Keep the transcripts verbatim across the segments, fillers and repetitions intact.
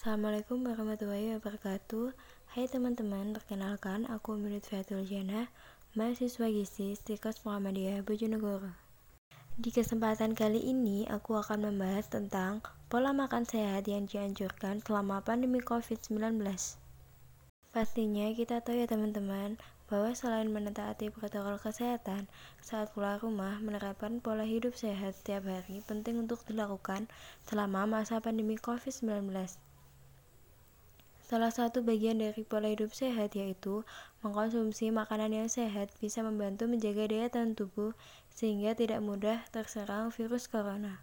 Assalamualaikum warahmatullahi wabarakatuh. Hai teman-teman, perkenalkan aku Milut Fatul Jana, mahasiswa gizi Stikos Muhammadiyah Bojonegoro. Di kesempatan kali ini aku akan membahas tentang pola makan sehat yang dianjurkan selama pandemi covid sembilan belas. Pastinya kita tahu ya teman-teman, bahwa selain menetaati protokol kesehatan, saat keluar rumah menerapkan pola hidup sehat setiap hari penting untuk dilakukan selama masa pandemi covid sembilan belas. Salah satu bagian dari pola hidup sehat yaitu mengkonsumsi makanan yang sehat bisa membantu menjaga daya tahan tubuh sehingga tidak mudah terserang virus corona.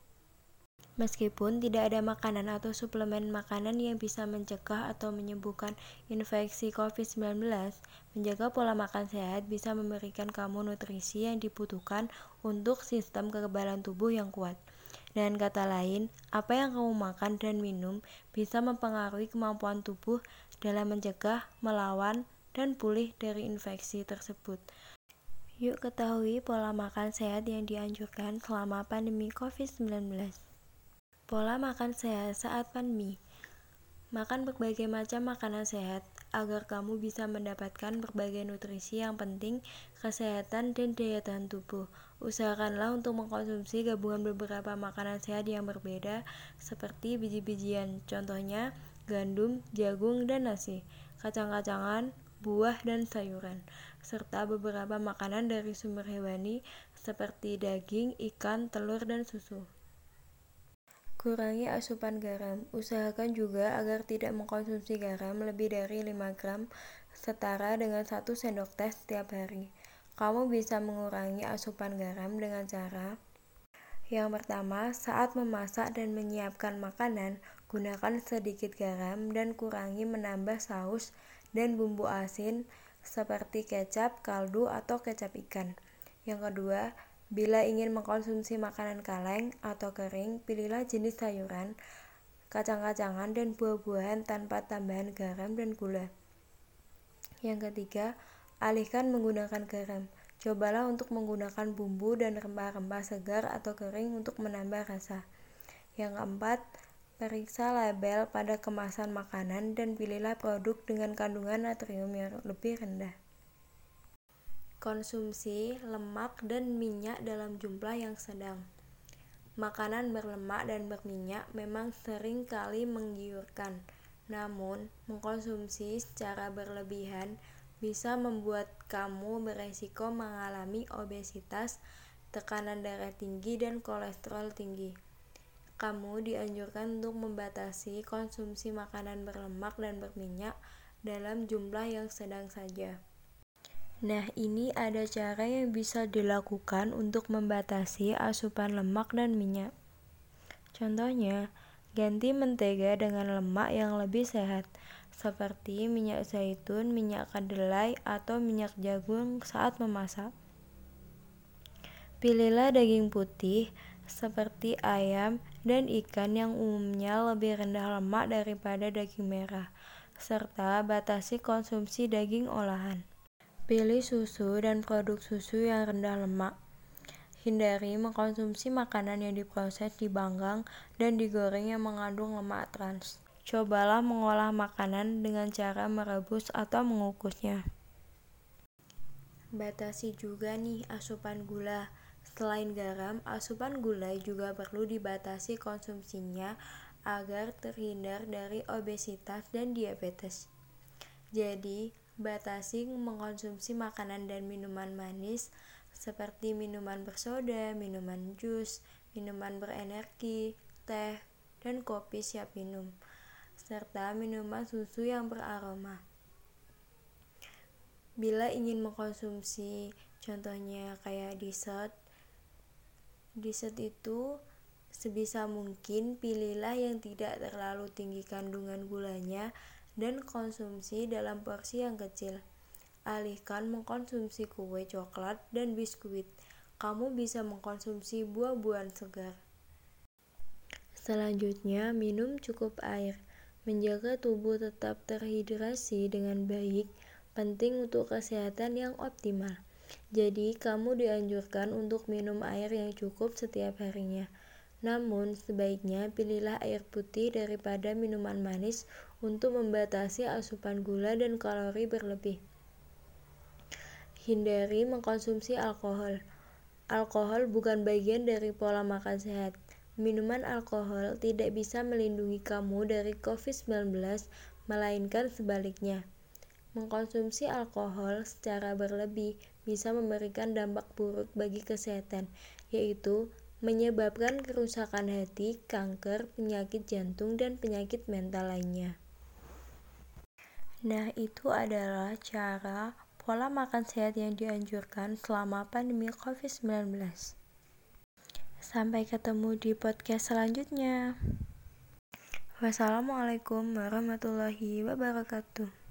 Meskipun tidak ada makanan atau suplemen makanan yang bisa mencegah atau menyembuhkan infeksi covid sembilan belas, menjaga pola makan sehat bisa memberikan kamu nutrisi yang dibutuhkan untuk sistem kekebalan tubuh yang kuat. Dengan kata lain, apa yang kamu makan dan minum bisa mempengaruhi kemampuan tubuh dalam mencegah, melawan, dan pulih dari infeksi tersebut. Yuk ketahui pola makan sehat yang dianjurkan selama pandemi covid sembilan belas. Pola makan sehat saat pandemi. Makan berbagai macam makanan sehat agar kamu bisa mendapatkan berbagai nutrisi yang penting, kesehatan dan daya tahan tubuh. Usahakanlah untuk mengkonsumsi gabungan beberapa makanan sehat yang berbeda seperti biji-bijian, contohnya gandum, jagung, dan nasi, kacang-kacangan, buah, dan sayuran, serta beberapa makanan dari sumber hewani seperti daging, ikan, telur, dan susu. Kurangi asupan garam. Usahakan juga agar tidak mengkonsumsi garam lebih dari lima gram setara dengan satu sendok teh setiap hari. Kamu bisa mengurangi asupan garam dengan cara: yang pertama, saat memasak dan menyiapkan makanan, gunakan sedikit garam dan kurangi menambah saus dan bumbu asin seperti kecap, kaldu, atau kecap ikan. Yang kedua, bila ingin mengkonsumsi makanan kaleng atau kering, pilihlah jenis sayuran, kacang-kacangan, dan buah-buahan tanpa tambahan garam dan gula. Yang ketiga, alihkan menggunakan garam. Cobalah untuk menggunakan bumbu dan rempah-rempah segar atau kering untuk menambah rasa. Yang keempat, periksa label pada kemasan makanan dan pilihlah produk dengan kandungan natrium yang lebih rendah. Konsumsi lemak dan minyak dalam jumlah yang sedang. Makanan berlemak dan berminyak memang sering kali menggiurkan, namun mengkonsumsi secara berlebihan bisa membuat kamu beresiko mengalami obesitas, tekanan darah tinggi, dan kolesterol tinggi. Kamu dianjurkan untuk membatasi konsumsi makanan berlemak dan berminyak dalam jumlah yang sedang saja. Nah, ini ada cara yang bisa dilakukan untuk membatasi asupan lemak dan minyak. Contohnya, ganti mentega dengan lemak yang lebih sehat, seperti minyak zaitun, minyak kedelai, atau minyak jagung saat memasak. Pilihlah daging putih, seperti ayam dan ikan yang umumnya lebih rendah lemak daripada daging merah, serta batasi konsumsi daging olahan. Pilih susu dan produk susu yang rendah lemak. Hindari mengkonsumsi makanan yang diproses, dipanggang, dan digoreng yang mengandung lemak trans. Cobalah mengolah makanan dengan cara merebus atau mengukusnya. Batasi juga nih asupan gula. Selain garam, asupan gula juga perlu dibatasi konsumsinya agar terhindar dari obesitas dan diabetes. Jadi, batasi mengkonsumsi makanan dan minuman manis seperti minuman bersoda, minuman jus, minuman berenergi, teh, dan kopi siap minum, serta minuman susu yang beraroma. Bila ingin mengkonsumsi contohnya kayak dessert, dessert itu sebisa mungkin pilihlah yang tidak terlalu tinggi kandungan gulanya dan konsumsi dalam porsi yang kecil. Alihkan mengkonsumsi kue coklat dan biskuit. Kamu bisa mengkonsumsi buah-buahan segar. Selanjutnya, minum cukup air. Menjaga tubuh tetap terhidrasi dengan baik penting untuk kesehatan yang optimal. Jadi, kamu dianjurkan untuk minum air yang cukup setiap harinya. Namun, sebaiknya pilihlah air putih daripada minuman manis untuk membatasi asupan gula dan kalori berlebih. Hindari mengkonsumsi alkohol. Alkohol bukan bagian dari pola makan sehat. Minuman alkohol tidak bisa melindungi kamu dari covid sembilan belas, melainkan sebaliknya. Mengkonsumsi alkohol secara berlebih bisa memberikan dampak buruk bagi kesehatan, yaitu menyebabkan kerusakan hati, kanker, penyakit jantung, dan penyakit mental lainnya. Nah, itu adalah cara pola makan sehat yang dianjurkan selama pandemi covid sembilan belas. Sampai ketemu di podcast selanjutnya. Wassalamualaikum warahmatullahi wabarakatuh.